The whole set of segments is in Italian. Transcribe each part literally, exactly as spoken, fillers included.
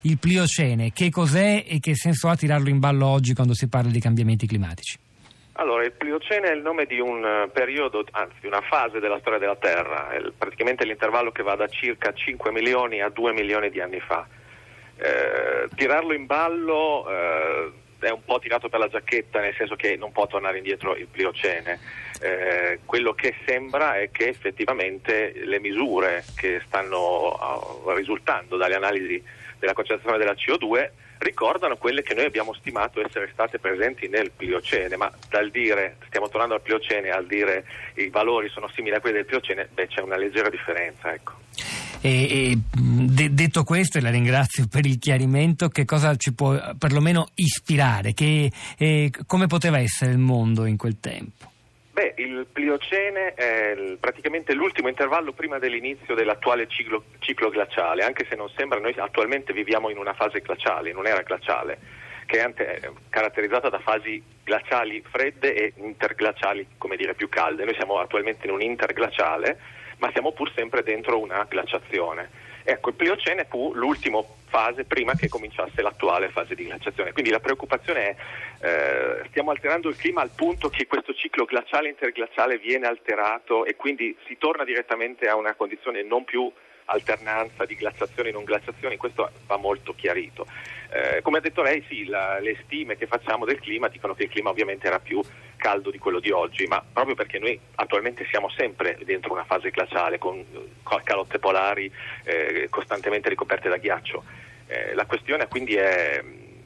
Il Pliocene, che cos'è e che senso ha tirarlo in ballo oggi quando si parla di cambiamenti climatici? Allora, il Pliocene è il nome di un periodo, anzi di una fase della storia della Terra, è praticamente l'intervallo che va da circa cinque milioni a due milioni di anni fa. Eh, tirarlo in ballo eh, è un po' tirato per la giacchetta, nel senso che non può tornare indietro il Pliocene. Eh, quello che sembra è che effettivamente le misure che stanno uh, risultando dalle analisi della concentrazione della C O due ricordano quelle che noi abbiamo stimato essere state presenti nel Pliocene, ma dal dire stiamo tornando al Pliocene al dire i valori sono simili a quelli del Pliocene, beh, c'è una leggera differenza, ecco. E, e de, detto questo, e la ringrazio per il chiarimento, che cosa ci può perlomeno ispirare? Che, eh, come poteva essere il mondo in quel tempo? Beh, il Pliocene è praticamente l'ultimo intervallo prima dell'inizio dell'attuale ciclo, ciclo glaciale, anche se non sembra, noi attualmente viviamo in una fase glaciale, in un'era glaciale, che è ante, caratterizzata da fasi glaciali fredde e interglaciali, come dire, più calde. Noi siamo attualmente in un interglaciale, ma siamo pur sempre dentro una glaciazione. Ecco, il Pliocene fu l'ultima fase prima che cominciasse l'attuale fase di glaciazione. Quindi la preoccupazione è eh, stiamo alterando il clima al punto che questo ciclo glaciale interglaciale viene alterato e quindi si torna direttamente a una condizione non più alternanza di glaciazioni e non glaciazioni. Questo va molto chiarito. Eh, come ha detto lei, sì, la, le stime che facciamo del clima dicono che il clima ovviamente era più caldo di quello di oggi, ma proprio perché noi attualmente siamo sempre dentro una fase glaciale con calotte polari eh, costantemente ricoperte da ghiaccio. Eh, la questione quindi è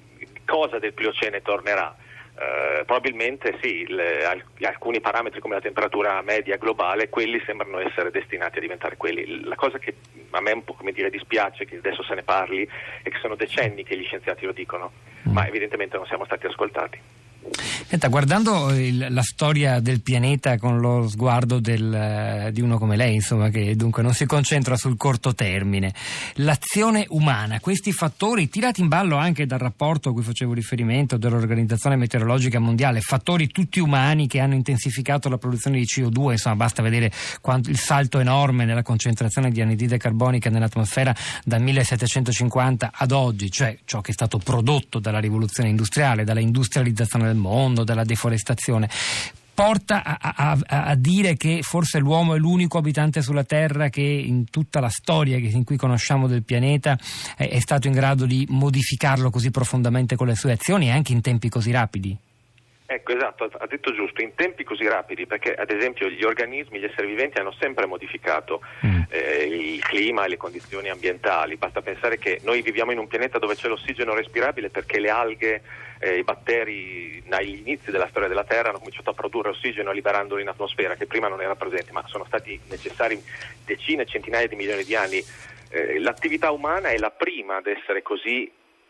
cosa del Pliocene tornerà. Uh, probabilmente sì, le, alcuni parametri come la temperatura media globale, quelli sembrano essere destinati a diventare quelli. La cosa che a me un po' come dire dispiace che adesso se ne parli è che sono decenni che gli scienziati lo dicono, mm. ma evidentemente non siamo stati ascoltati. Senta, guardando il, la storia del pianeta con lo sguardo del, di uno come lei, insomma, che dunque non si concentra sul corto termine, l'azione umana, questi fattori tirati in ballo anche dal rapporto a cui facevo riferimento dell'Organizzazione Meteorologica Mondiale, fattori tutti umani che hanno intensificato la produzione di C O due, insomma basta vedere quanto, il salto enorme nella concentrazione di anidride carbonica nell'atmosfera dal millesettecentocinquanta ad oggi, cioè ciò che è stato prodotto dalla rivoluzione industriale, dalla industrializzazione del mondo, dalla deforestazione, porta a, a, a dire che forse l'uomo è l'unico abitante sulla Terra che in tutta la storia che in cui conosciamo del pianeta è, è stato in grado di modificarlo così profondamente con le sue azioni e anche in tempi così rapidi. Ecco, esatto, ha detto giusto, in tempi così rapidi, perché ad esempio gli organismi, gli esseri viventi hanno sempre modificato mm. eh, il clima e le condizioni ambientali. Basta pensare che noi viviamo in un pianeta dove c'è l'ossigeno respirabile perché le alghe, eh, i batteri agli inizi della storia della Terra hanno cominciato a produrre ossigeno liberandolo in atmosfera, che prima non era presente, ma sono stati necessari decine, centinaia di milioni di anni. Eh, l'attività umana è la prima ad essere così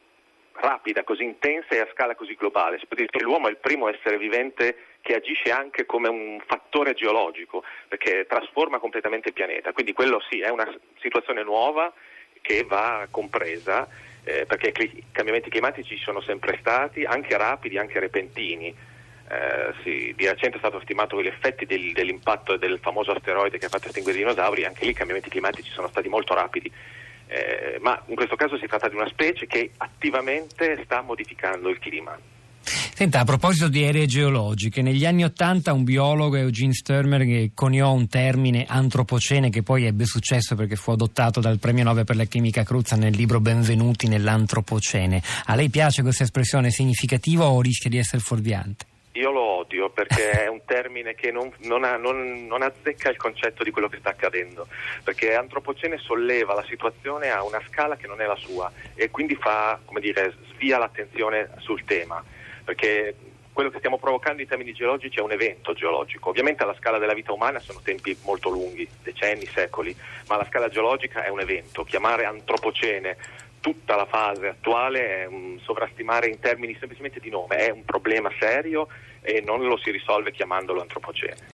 rapida, così intensa e a scala così globale. Si può dire che l'uomo è il primo essere vivente che agisce anche come un fattore geologico, perché trasforma completamente il pianeta. Quindi quello sì, è una situazione nuova che va compresa, eh, perché i cambiamenti climatici ci sono sempre stati, anche rapidi, anche repentini. Eh, sì, di recente è stato stimato che gli effetti del, dell'impatto del famoso asteroide che ha fatto estinguere i dinosauri, anche lì i cambiamenti climatici sono stati molto rapidi. Eh, ma in questo caso si tratta di una specie che attivamente sta modificando il clima. Senta, a proposito di aree geologiche, negli anni Ottanta un biologo, Eugene Sternberg, coniò un termine antropocene che poi ebbe successo perché fu adottato dal premio Nobel per la chimica Cruza nel libro Benvenuti nell'antropocene. A lei piace questa espressione? È significativa o rischia di essere fuorviante? Io lo odio perché è un termine che non, non, ha, non, non azzecca il concetto di quello che sta accadendo, perché antropocene solleva la situazione a una scala che non è la sua e quindi fa, come dire, svia l'attenzione sul tema, perché quello che stiamo provocando in termini geologici è un evento geologico. Ovviamente alla scala della vita umana sono tempi molto lunghi, decenni, secoli, ma alla scala geologica è un evento. Chiamare antropocene tutta la fase attuale è un sovrastimare in termini semplicemente di nome, è un problema serio e non lo si risolve chiamandolo antropocene.